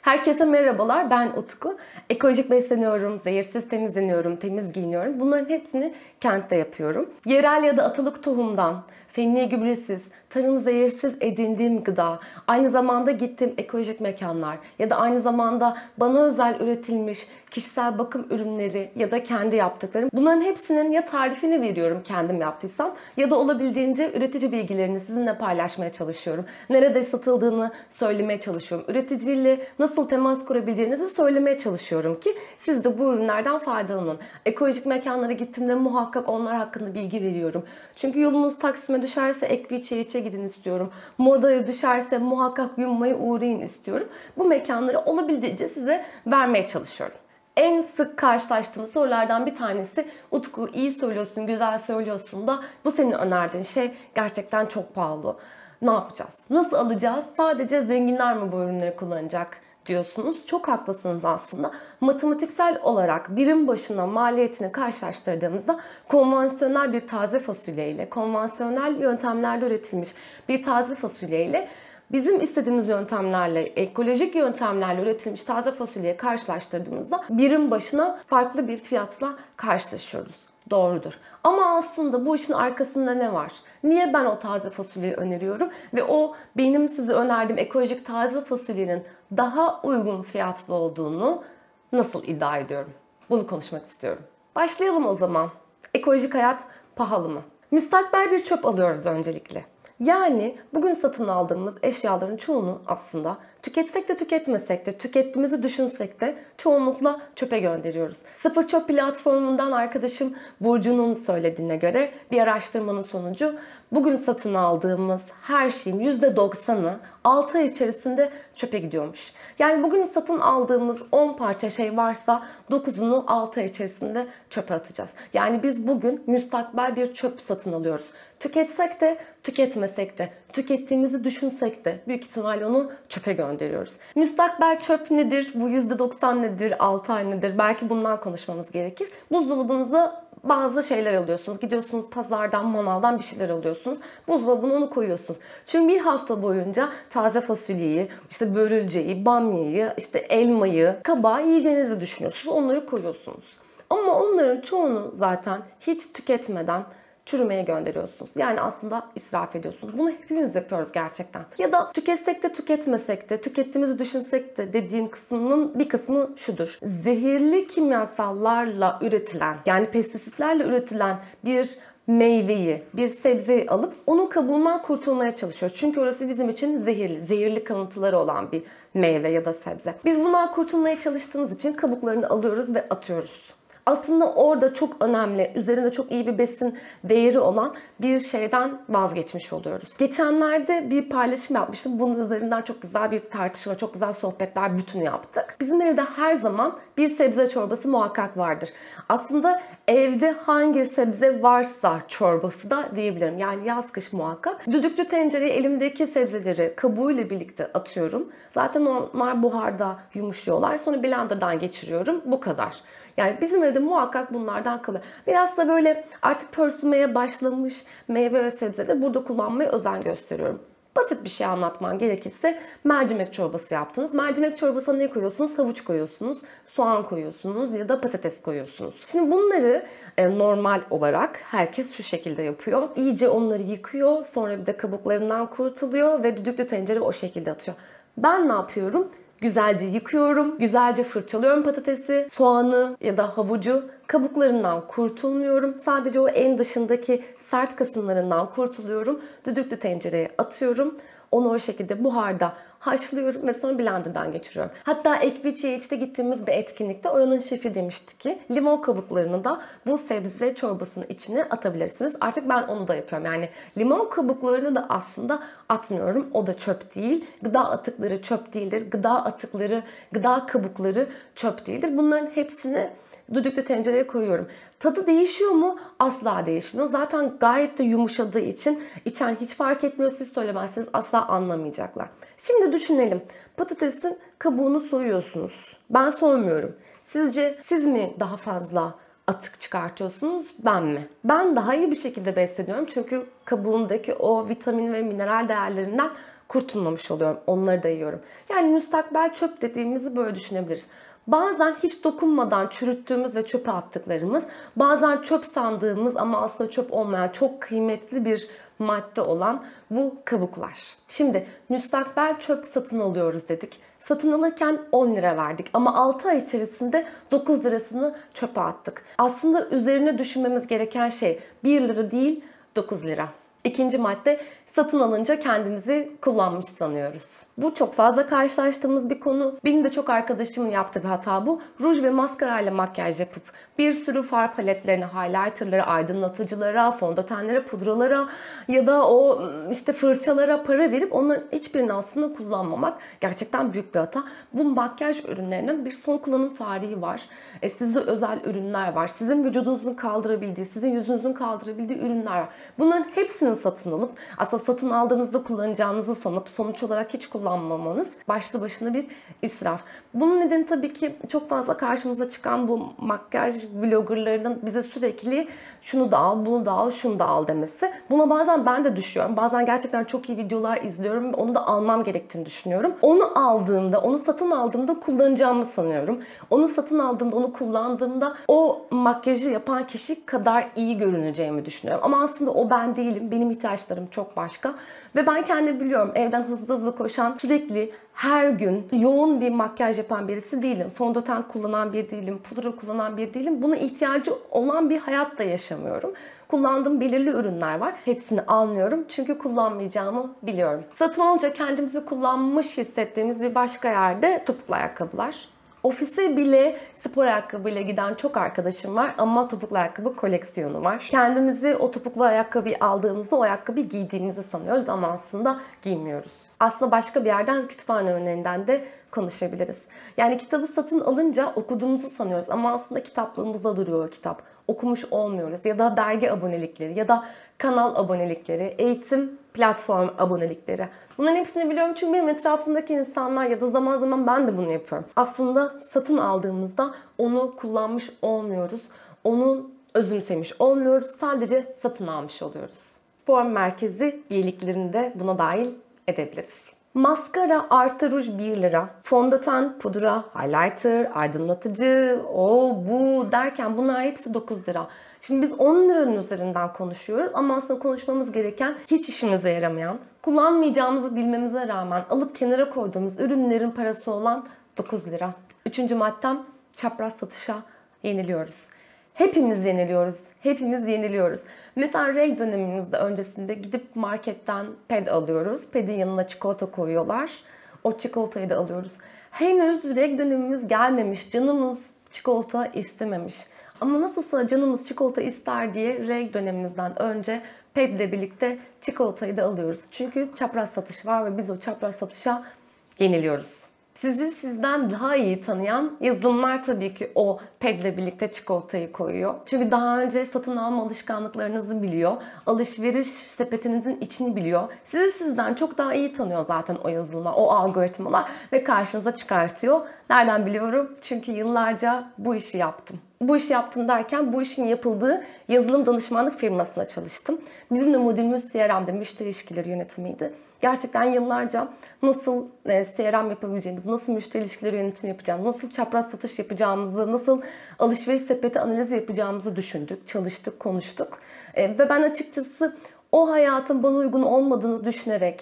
Herkese merhabalar, ben Utku. Ekolojik besleniyorum, zehirsiz temizleniyorum, temiz giyiniyorum. Bunların hepsini kentte yapıyorum. Yerel ya da atalık tohumdan, fenli gübresiz, tarım zehirsiz edindiğim gıda, aynı zamanda gittiğim ekolojik mekanlar ya da aynı zamanda bana özel üretilmiş kişisel bakım ürünleri ya da kendi yaptıklarım. Bunların hepsinin ya tarifini veriyorum kendim yaptıysam ya da olabildiğince üretici bilgilerini sizinle paylaşmaya çalışıyorum. Nerede satıldığını söylemeye çalışıyorum. Üreticiyle nasıl temas kurabileceğinizi söylemeye çalışıyorum ki siz de bu ürünlerden faydalanın. Ekolojik mekanlara gittiğimde muhakkak onlar hakkında bilgi veriyorum. Çünkü yolunuz Taksim'e düşerse Ekmeçi'ye gidin istiyorum. Moda'ya düşerse muhakkak Yunma'ya uğrayın istiyorum. Bu mekanları olabildiğince size vermeye çalışıyorum. En sık karşılaştığım sorulardan bir tanesi Utku iyi söylüyorsun, güzel söylüyorsun da bu senin önerdiğin şey gerçekten çok pahalı. Ne yapacağız? Nasıl alacağız? Sadece zenginler mi bu ürünleri kullanacak diyorsunuz. Çok haklısınız aslında. Matematiksel olarak birim başına maliyetini karşılaştırdığımızda konvansiyonel bir taze fasulye ile, konvansiyonel yöntemlerle üretilmiş bir taze fasulye ile bizim istediğimiz yöntemlerle, ekolojik yöntemlerle üretilmiş taze fasulyeyi karşılaştırdığımızda birim başına farklı bir fiyatla karşılaşıyoruz. Doğrudur. Ama aslında bu işin arkasında ne var? Niye ben o taze fasulyeyi öneriyorum? Ve o benim size önerdiğim ekolojik taze fasulyenin daha uygun fiyatlı olduğunu nasıl iddia ediyorum? Bunu konuşmak istiyorum. Başlayalım o zaman. Ekolojik hayat pahalı mı? Müstakbel bir çöp alıyoruz öncelikle. Yani bugün satın aldığımız eşyaların çoğunu aslında tüketsek de tüketmesek de, tükettiğimizi düşünsek de çoğunlukla çöpe gönderiyoruz. Sıfır Çöp platformundan arkadaşım Burcu'nun söylediğine göre bir araştırmanın sonucu bugün satın aldığımız her şeyin %90'ı 6 ay içerisinde çöpe gidiyormuş. Yani bugün satın aldığımız 10 parça şey varsa 9'unu 6 ay içerisinde çöpe atacağız. Yani biz bugün müstakbel bir çöp satın alıyoruz. Tüketsek de tüketmesek de, tükettiğimizi düşünsek de büyük ihtimalle onu çöpe gönderiyoruz. Müstakbel çöp nedir? Bu %90 nedir? 6 ay nedir? Belki bundan konuşmamız gerekir. Buzdolabınıza bazı şeyler alıyorsunuz. Gidiyorsunuz pazardan, manavdan bir şeyler alıyorsunuz. Buzdolabına onu koyuyorsunuz. Çünkü bir hafta boyunca taze fasulyeyi, işte börülceyi, bamyayı, işte elmayı, kabağı yiyeceğinizi düşünüyorsunuz. Onları koyuyorsunuz. Ama onların çoğunu zaten hiç tüketmeden çürümeye gönderiyorsunuz. Yani aslında israf ediyorsunuz. Bunu hepimiz yapıyoruz gerçekten. Ya da tüketsek de tüketmesek de, tükettiğimizi düşünsek de dediğim kısmının bir kısmı şudur. Zehirli kimyasallarla üretilen, yani pestisitlerle üretilen bir meyveyi, bir sebzeyi alıp onun kabuğundan kurtulmaya çalışıyoruz. Çünkü orası bizim için zehirli, zehirli kalıntıları olan bir meyve ya da sebze. Biz bundan kurtulmaya çalıştığımız için kabuklarını alıyoruz ve atıyoruz. Aslında orada çok önemli, üzerinde çok iyi bir besin değeri olan bir şeyden vazgeçmiş oluyoruz. Geçenlerde bir paylaşım yapmıştım. Bunun üzerinden çok güzel bir tartışma, çok güzel sohbetler bütünü yaptık. Bizim evde her zaman bir sebze çorbası muhakkak vardır. Aslında evde hangi sebze varsa çorbası da diyebilirim. Yani yaz kış muhakkak. Düdüklü tencereye elimdeki sebzeleri kabuğuyla birlikte atıyorum. Zaten onlar buharda yumuşuyorlar. Sonra blenderdan geçiriyorum. Bu kadar. Yani bizim evde muhakkak bunlardan kalıyor. Biraz da böyle artık pörsümeye başlamış meyve ve sebzeleri burada kullanmaya özen gösteriyorum. Basit bir şey anlatmam gerekirse mercimek çorbası yaptınız. Mercimek çorbasına ne koyuyorsunuz? Havuç koyuyorsunuz, soğan koyuyorsunuz ya da patates koyuyorsunuz. Şimdi bunları normal olarak herkes şu şekilde yapıyor. İyice onları yıkıyor, sonra bir de kabuklarından kurtuluyor ve düdüklü tencere o şekilde atıyor. Ben ne yapıyorum? Güzelce yıkıyorum, güzelce fırçalıyorum patatesi, soğanı ya da havucu. Kabuklarından kurtulmuyorum. Sadece o en dışındaki sert kısımlarından kurtuluyorum. Düdüklü tencereye atıyorum. Onu o şekilde buharda haşlıyorum ve sonra blenderdan geçiriyorum. Hatta Ekmeçi'ye gittiğimiz bir etkinlikte oranın şefi demişti ki limon kabuklarını da bu sebze çorbasının içine atabilirsiniz. Artık ben onu da yapıyorum. Yani limon kabuklarını da aslında atmıyorum. O da çöp değil. Gıda atıkları çöp değildir. Gıda atıkları, gıda kabukları çöp değildir. Bunların hepsini düdüklü tencereye koyuyorum. Tadı değişiyor mu? Asla değişmiyor. Zaten gayet de yumuşadığı için içen hiç fark etmiyor. Siz söylemezseniz asla anlamayacaklar. Şimdi düşünelim. Patatesin kabuğunu soyuyorsunuz. Ben soymuyorum. Sizce siz mi daha fazla atık çıkartıyorsunuz, ben mi? Ben daha iyi bir şekilde besleniyorum çünkü kabuğundaki o vitamin ve mineral değerlerinden kurtulmamış oluyorum. Onları da yiyorum. Yani müstakbel çöp dediğimizi böyle düşünebiliriz. Bazen hiç dokunmadan çürüttüğümüz ve çöpe attıklarımız, bazen çöp sandığımız ama aslında çöp olmayan çok kıymetli bir madde olan bu kabuklar. Şimdi müstakbel çöp satın alıyoruz dedik. Satın alırken 10 lira verdik ama 6 ay içerisinde 9 lirasını çöpe attık. Aslında üzerine düşünmemiz gereken şey 1 lira değil 9 lira. İkinci madde, satın alınca kendimizi kullanmış sanıyoruz. Bu çok fazla karşılaştığımız bir konu. Benim de çok arkadaşımın yaptığı bir hata bu. Ruj ve maskarayla makyaj yapıp bir sürü far paletlerine, highlighterlara, aydınlatıcılara, fondötenlere, pudralara ya da o işte fırçalara para verip onların hiçbirini aslında kullanmamak gerçekten büyük bir hata. Bu makyaj ürünlerinin bir son kullanım tarihi var. Size özel ürünler var. Sizin vücudunuzun kaldırabildiği, sizin yüzünüzün kaldırabildiği ürünler var. Bunların hepsini satın alıp aslında satın aldığınızda kullanacağınızı sanıp sonuç olarak hiç kullanmamanız başlı başına bir israf. Bunun nedeni tabii ki çok fazla karşımıza çıkan bu makyaj vloggerlarının bize sürekli şunu da al, bunu da al, şunu da al demesi. Buna bazen ben de düşüyorum. Bazen gerçekten çok iyi videolar izliyorum ve onu da almam gerektiğini düşünüyorum. Onu aldığımda, onu satın aldığımda kullanacağımı sanıyorum. Onu satın aldığımda, onu kullandığımda o makyajı yapan kişi kadar iyi görüneceğimi düşünüyorum. Ama aslında o ben değilim. Benim ihtiyaçlarım çok başka. Ve ben kendim biliyorum, evden hızlı hızlı koşan, sürekli her gün yoğun bir makyaj yapan birisi değilim. Fondöten kullanan bir değilim, pudra kullanan bir değilim. Buna ihtiyacı olan bir hayat da yaşamıyorum. Kullandığım belirli ürünler var. Hepsini almıyorum çünkü kullanmayacağımı biliyorum. Satın alınca kendimizi kullanmış hissettiğimiz bir başka yerde topuklu ayakkabılar. Ofise bile spor ayakkabıyla giden çok arkadaşım var ama topuklu ayakkabı koleksiyonu var. Kendimizi o topuklu ayakkabıyı aldığımızda o ayakkabıyı giydiğimizi sanıyoruz ama aslında giymiyoruz. Aslında başka bir yerden, kütüphane örneğinden de konuşabiliriz. Yani kitabı satın alınca okuduğumuzu sanıyoruz ama aslında kitaplığımızda duruyor o kitap. Okumuş olmuyoruz ya da dergi abonelikleri ya da kanal abonelikleri, eğitim platform abonelikleri. Bunların hepsini biliyorum çünkü benim etrafımdaki insanlar ya da zaman zaman ben de bunu yapıyorum. Aslında satın aldığımızda onu kullanmış olmuyoruz. Onu özümsemiş olmuyoruz. Sadece satın almış oluyoruz. Form merkezi üyeliklerini de buna dahil edebiliriz. Maskara artı ruj 1 lira. Fondöten, pudra, highlighter, aydınlatıcı, o bu derken bunlar hepsi 9 lira. Şimdi biz 10 liranın üzerinden konuşuyoruz ama aslında konuşmamız gereken hiç işimize yaramayan, kullanmayacağımızı bilmemize rağmen alıp kenara koyduğumuz ürünlerin parası olan 9 lira. Üçüncü maddem, çapraz satışa yeniliyoruz. Hepimiz yeniliyoruz. Hepimiz yeniliyoruz. Mesela reg dönemimizde öncesinde gidip marketten ped alıyoruz. Pedin yanına çikolata koyuyorlar. O çikolatayı da alıyoruz. Henüz reg dönemimiz gelmemiş. Canımız çikolata istememiş. Ama nasılsa canımız çikolata ister diye reg dönemimizden önce ped ile birlikte çikolatayı da alıyoruz. Çünkü çapraz satış var ve biz o çapraz satışa yeniliyoruz. Sizi sizden daha iyi tanıyan yazılımlar tabii ki o pedle birlikte çikolatayı koyuyor. Çünkü daha önce satın alma alışkanlıklarınızı biliyor. Alışveriş sepetinizin içini biliyor. Sizi sizden çok daha iyi tanıyor zaten o yazılımlar, o algoritmalar ve karşınıza çıkartıyor. Nereden biliyorum? Çünkü yıllarca bu işi yaptım. Bu işi yaptım derken bu işin yapıldığı yazılım danışmanlık firmasında çalıştım. Bizim de modülümüz CRM'de müşteri ilişkileri yönetimiydi. Gerçekten yıllarca nasıl CRM yapabileceğimizi, nasıl müşteri ilişkileri yönetimi yapacağımızı, nasıl çapraz satış yapacağımızı, nasıl alışveriş sepeti analizi yapacağımızı düşündük, çalıştık, konuştuk. Ve ben açıkçası o hayatın bana uygun olmadığını düşünerek,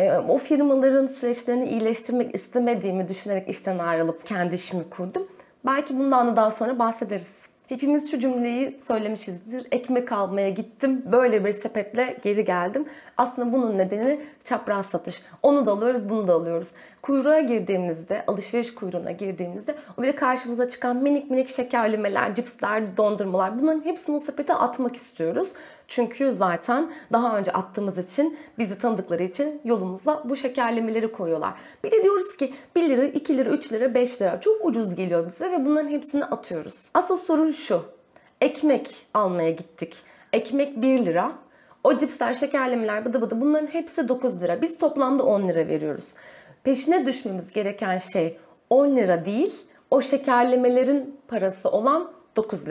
o firmaların süreçlerini iyileştirmek istemediğimi düşünerek işten ayrılıp kendi işimi kurdum. Belki bundan da daha sonra bahsederiz. Hepimiz şu cümleyi söylemişizdir. Ekmek almaya gittim, böyle bir sepetle geri geldim. Aslında bunun nedeni çapraz satış. Onu da alıyoruz, bunu da alıyoruz. Kuyruğa girdiğimizde, alışveriş kuyruğuna girdiğimizde o bir de karşımıza çıkan minik minik şekerlemeler, cipsler, dondurmalar, bunların hepsini o sepete atmak istiyoruz. Çünkü zaten daha önce attığımız için, bizi tanıdıkları için yolumuza bu şekerlemeleri koyuyorlar. Bir de diyoruz ki 1 lira, 2 lira, 3 lira, 5 lira çok ucuz geliyor bize ve bunların hepsini atıyoruz. Asıl sorun şu. Ekmek almaya gittik. Ekmek 1 lira. O cipsler, şekerlemeler, bıdı bıdı bunların hepsi 9 lira. Biz toplamda 10 lira veriyoruz. Peşine düşmemiz gereken şey 10 lira değil, o şekerlemelerin parası olan 9 lira.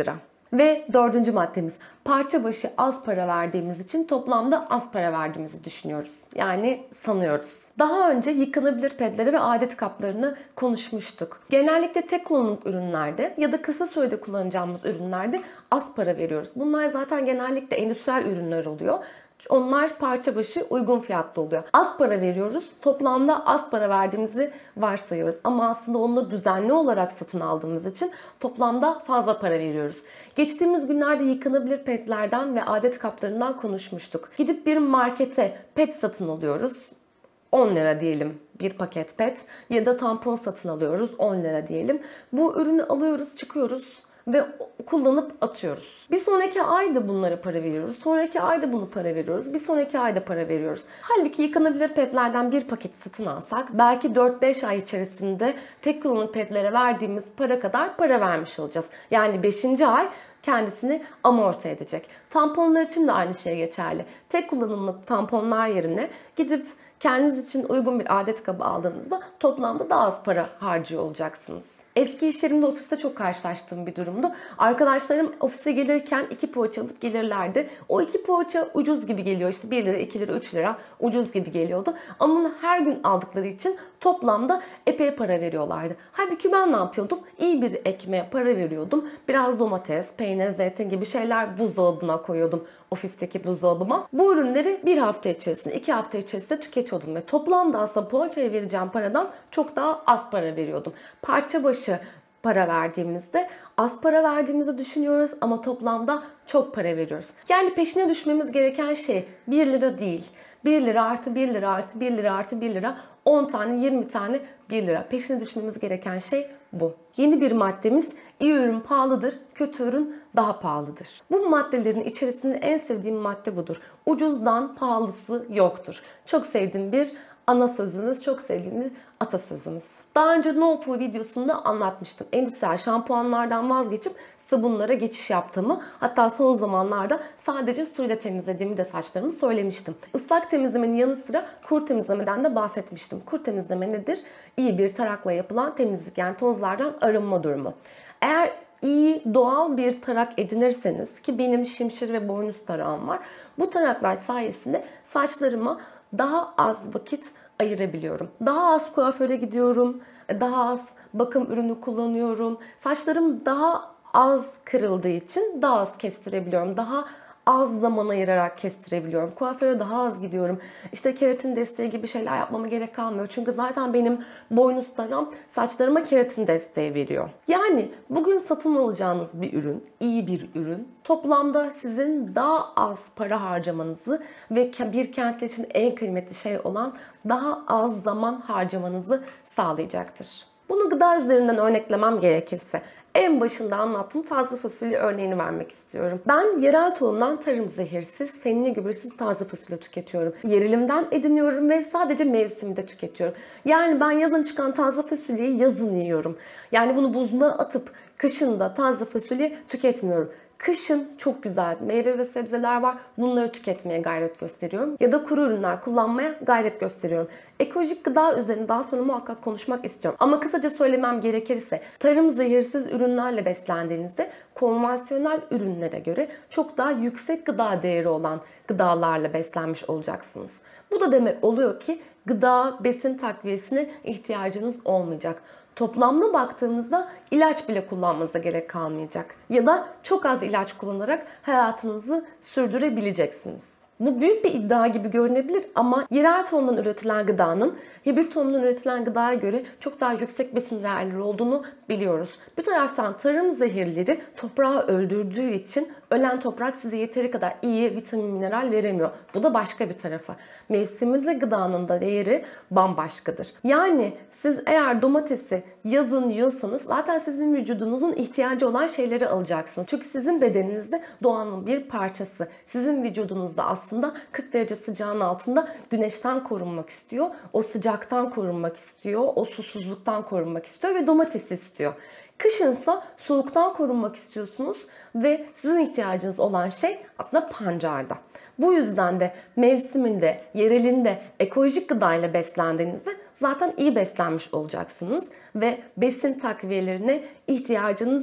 Ve dördüncü maddemiz, parça başı az para verdiğimiz için toplamda az para verdiğimizi düşünüyoruz. Yani sanıyoruz. Daha önce yıkanabilir pedleri ve adet kaplarını konuşmuştuk. Genellikle tek kullanımlık ürünlerde ya da kısa sürede kullanacağımız ürünlerde az para veriyoruz. Bunlar zaten genellikle endüstriyel ürünler oluyor. Onlar parça başı uygun fiyatlı oluyor. Az para veriyoruz. Toplamda az para verdiğimizi varsayıyoruz. Ama aslında onu da düzenli olarak satın aldığımız için toplamda fazla para veriyoruz. Geçtiğimiz günlerde yıkanabilir petlerden ve adet kaplarından konuşmuştuk. Gidip bir markete pet satın alıyoruz. 10 lira diyelim bir paket pet ya da tampon satın alıyoruz 10 lira diyelim. Bu ürünü alıyoruz, çıkıyoruz ve kullanıp atıyoruz. Bir sonraki ayda bunlara para veriyoruz. Sonraki ayda bunu para veriyoruz. Bir sonraki ayda para veriyoruz. Halbuki yıkanabilir petlerden bir paket satın alsak belki 4-5 ay içerisinde tek kullanımlık petlere verdiğimiz para kadar para vermiş olacağız. Yani 5. ay kendisini amorti edecek. Tamponlar için de aynı şey geçerli. Tek kullanımlık tamponlar yerine gidip kendiniz için uygun bir adet kabı aldığınızda toplamda daha az para harcıyor olacaksınız. Eski iş yerimde ofiste çok karşılaştığım bir durumdu. Arkadaşlarım ofise gelirken 2 poğaça alıp gelirlerdi. O 2 poğaça ucuz gibi geliyor. İşte 1 lira, 2 lira, 3 lira ucuz gibi geliyordu. Ama bunu her gün aldıkları için toplamda epey para veriyorlardı. Halbuki ben ne yapıyordum? İyi bir ekmeğe para veriyordum. Biraz domates, peynir, zeytin gibi şeyler buzdolabına koyuyordum. Ofisteki buzdolabıma. Bu ürünleri bir hafta içerisinde, 2 hafta içerisinde tüketiyordum ve toplamda aslında poğaçaya vereceğim paradan çok daha az para veriyordum. Parça başı para verdiğimizde az para verdiğimizi düşünüyoruz ama toplamda çok para veriyoruz. Yani peşine düşmemiz gereken şey 1 lira değil. 1 lira artı 1 lira artı 1 lira artı 1 lira 10 tane 20 tane 1 lira. Peşine düşmemiz gereken şey bu. Yeni bir maddemiz iyi ürün pahalıdır, kötü ürün daha pahalıdır. Bu maddelerin içerisinde en sevdiğim madde budur. Ucuzdan pahalısı yoktur. Çok sevdiğim bir ana sözümüz, çok sevdiğim bir atasözümüz. Daha önce No Poo videosunda anlatmıştım. Endüstriyel şampuanlardan vazgeçip sabunlara geçiş yaptığımı, hatta son zamanlarda sadece suyla temizlediğimi de saçlarımı söylemiştim. Islak temizlemenin yanı sıra kur temizlemeden de bahsetmiştim. Kur temizleme nedir? İyi bir tarakla yapılan temizlik, yani tozlardan arınma durumu. Eğer iyi doğal bir tarak edinirseniz, ki benim şimşir ve boynuz tarağım var, bu taraklar sayesinde saçlarıma daha az vakit ayırabiliyorum. Daha az kuaföre gidiyorum, daha az bakım ürünü kullanıyorum. Saçlarım daha az kırıldığı için daha az kestirebiliyorum. Daha az zaman ayırarak kestirebiliyorum. Kuaföre daha az gidiyorum. İşte keratin desteği gibi şeyler yapmama gerek kalmıyor. Çünkü zaten benim boynuz tarağım saçlarıma keratin desteği veriyor. Yani bugün satın alacağınız bir ürün, iyi bir ürün, toplamda sizin daha az para harcamanızı ve bir kentli için en kıymetli şey olan daha az zaman harcamanızı sağlayacaktır. Bunu gıda üzerinden örneklemem gerekirse, en başında anlattığım taze fasulye örneğini vermek istiyorum. Ben yerel tohumdan tarım zehirsiz, fenli gübresiz taze fasulye tüketiyorum. Yerelimden ediniyorum ve sadece mevsiminde tüketiyorum. Yani ben yazın çıkan taze fasulyeyi yazın yiyorum. Yani bunu buzluğa atıp kışın da taze fasulye tüketmiyorum. Kışın çok güzel meyve ve sebzeler var. Bunları tüketmeye gayret gösteriyorum. Ya da kuru ürünler kullanmaya gayret gösteriyorum. Ekolojik gıda üzerine daha sonra muhakkak konuşmak istiyorum. Ama kısaca söylemem gerekirse, tarım zehirsiz ürünlerle beslendiğinizde konvansiyonel ürünlere göre çok daha yüksek gıda değeri olan gıdalarla beslenmiş olacaksınız. Bu da demek oluyor ki gıda, besin takviyesine ihtiyacınız olmayacak. Toplamda baktığınızda ilaç bile kullanmanıza gerek kalmayacak. Ya da çok az ilaç kullanarak hayatınızı sürdürebileceksiniz. Bu büyük bir iddia gibi görünebilir ama yerel tohumdan üretilen gıdanın hibrit tohumdan üretilen gıdaya göre çok daha yüksek besin değerleri olduğunu biliyoruz. Bir taraftan tarım zehirleri toprağı öldürdüğü için ölen toprak size yeteri kadar iyi vitamin, mineral veremiyor. Bu da başka bir tarafı. Mevsiminde gıdanın da değeri bambaşkadır. Yani siz eğer domatesi yazın yiyorsanız zaten sizin vücudunuzun ihtiyacı olan şeyleri alacaksınız. Çünkü sizin bedeninizde doğanın bir parçası. Sizin vücudunuzda aslında 40 derece sıcağın altında güneşten korunmak istiyor. O sıcaktan korunmak istiyor. O susuzluktan korunmak istiyor ve domates istiyor. Kışınsa soğuktan korunmak istiyorsunuz ve sizin ihtiyacınız olan şey aslında pancarda. Bu yüzden de mevsiminde, yerelinde, ekolojik gıdayla beslendiğinizde zaten iyi beslenmiş olacaksınız ve besin takviyelerine ihtiyacınız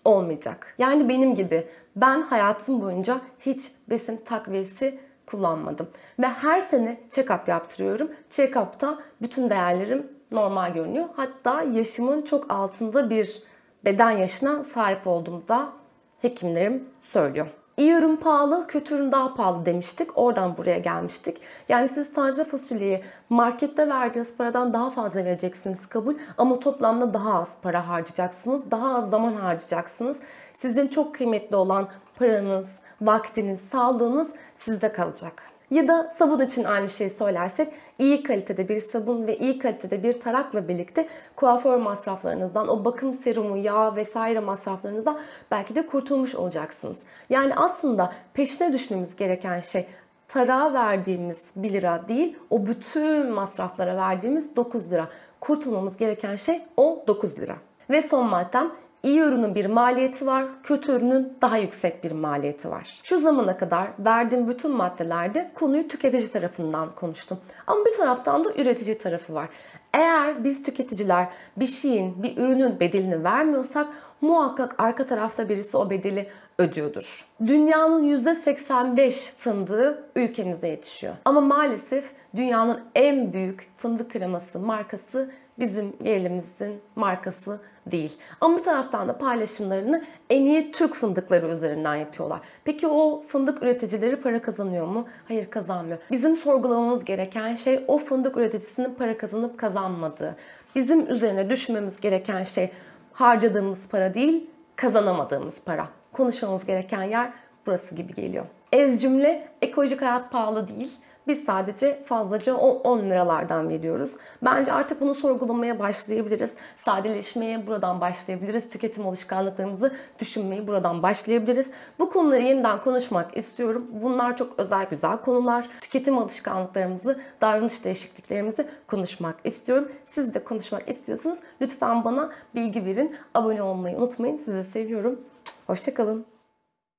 olmayacak. Yani benim gibi ben hayatım boyunca hiç besin takviyesi kullanmadım. Ve her sene check-up yaptırıyorum. Check-up'ta bütün değerlerim normal görünüyor. Hatta yaşımın çok altında bir beden yaşına sahip olduğumu da hekimlerim söylüyor. İyi ürün pahalı, kötü ürün daha pahalı demiştik. Oradan buraya gelmiştik. Yani siz taze fasulyeyi markette verdiğiniz paradan daha fazla vereceksiniz kabul. Ama toplamda daha az para harcayacaksınız. Daha az zaman harcayacaksınız. Sizin çok kıymetli olan paranız, vaktiniz, sağlığınız sizde kalacak. Ya da sabun için aynı şeyi söylersek iyi kalitede bir sabun ve iyi kalitede bir tarakla birlikte kuaför masraflarınızdan, o bakım serumu, yağ vesaire masraflarınızdan belki de kurtulmuş olacaksınız. Yani aslında peşine düşmemiz gereken şey tarağa verdiğimiz 1 lira değil, o bütün masraflara verdiğimiz 9 lira. Kurtulmamız gereken şey o 9 lira. Ve son maddem, İyi ürünün bir maliyeti var, kötü ürünün daha yüksek bir maliyeti var. Şu zamana kadar verdiğim bütün maddelerde konuyu tüketici tarafından konuştum. Ama bir taraftan da üretici tarafı var. Eğer biz tüketiciler bir şeyin, bir ürünün bedelini vermiyorsak muhakkak arka tarafta birisi o bedeli ödüyordur. Dünyanın %85 fındığı ülkemizde yetişiyor. Ama maalesef dünyanın en büyük fındık kreması markası bizim yerimizin markası değil. Ama bir taraftan da paylaşımlarını en iyi Türk fındıkları üzerinden yapıyorlar. Peki o fındık üreticileri para kazanıyor mu? Hayır, kazanmıyor. Bizim sorgulamamız gereken şey o fındık üreticisinin para kazanıp kazanmadığı. Bizim üzerine düşmemiz gereken şey harcadığımız para değil, kazanamadığımız para. Konuşmamız gereken yer burası gibi geliyor. Ez cümle, ekolojik hayat pahalı değil. Biz sadece fazlaca 10 liralardan veriyoruz. Bence artık bunu sorgulamaya başlayabiliriz. Sadeleşmeye buradan başlayabiliriz. Tüketim alışkanlıklarımızı düşünmeyi buradan başlayabiliriz. Bu konuları yeniden konuşmak istiyorum. Bunlar çok özel güzel konular. Tüketim alışkanlıklarımızı, davranış değişikliklerimizi konuşmak istiyorum. Siz de konuşmak istiyorsanız lütfen bana bilgi verin. Abone olmayı unutmayın. Sizi seviyorum. Hoşça kalın.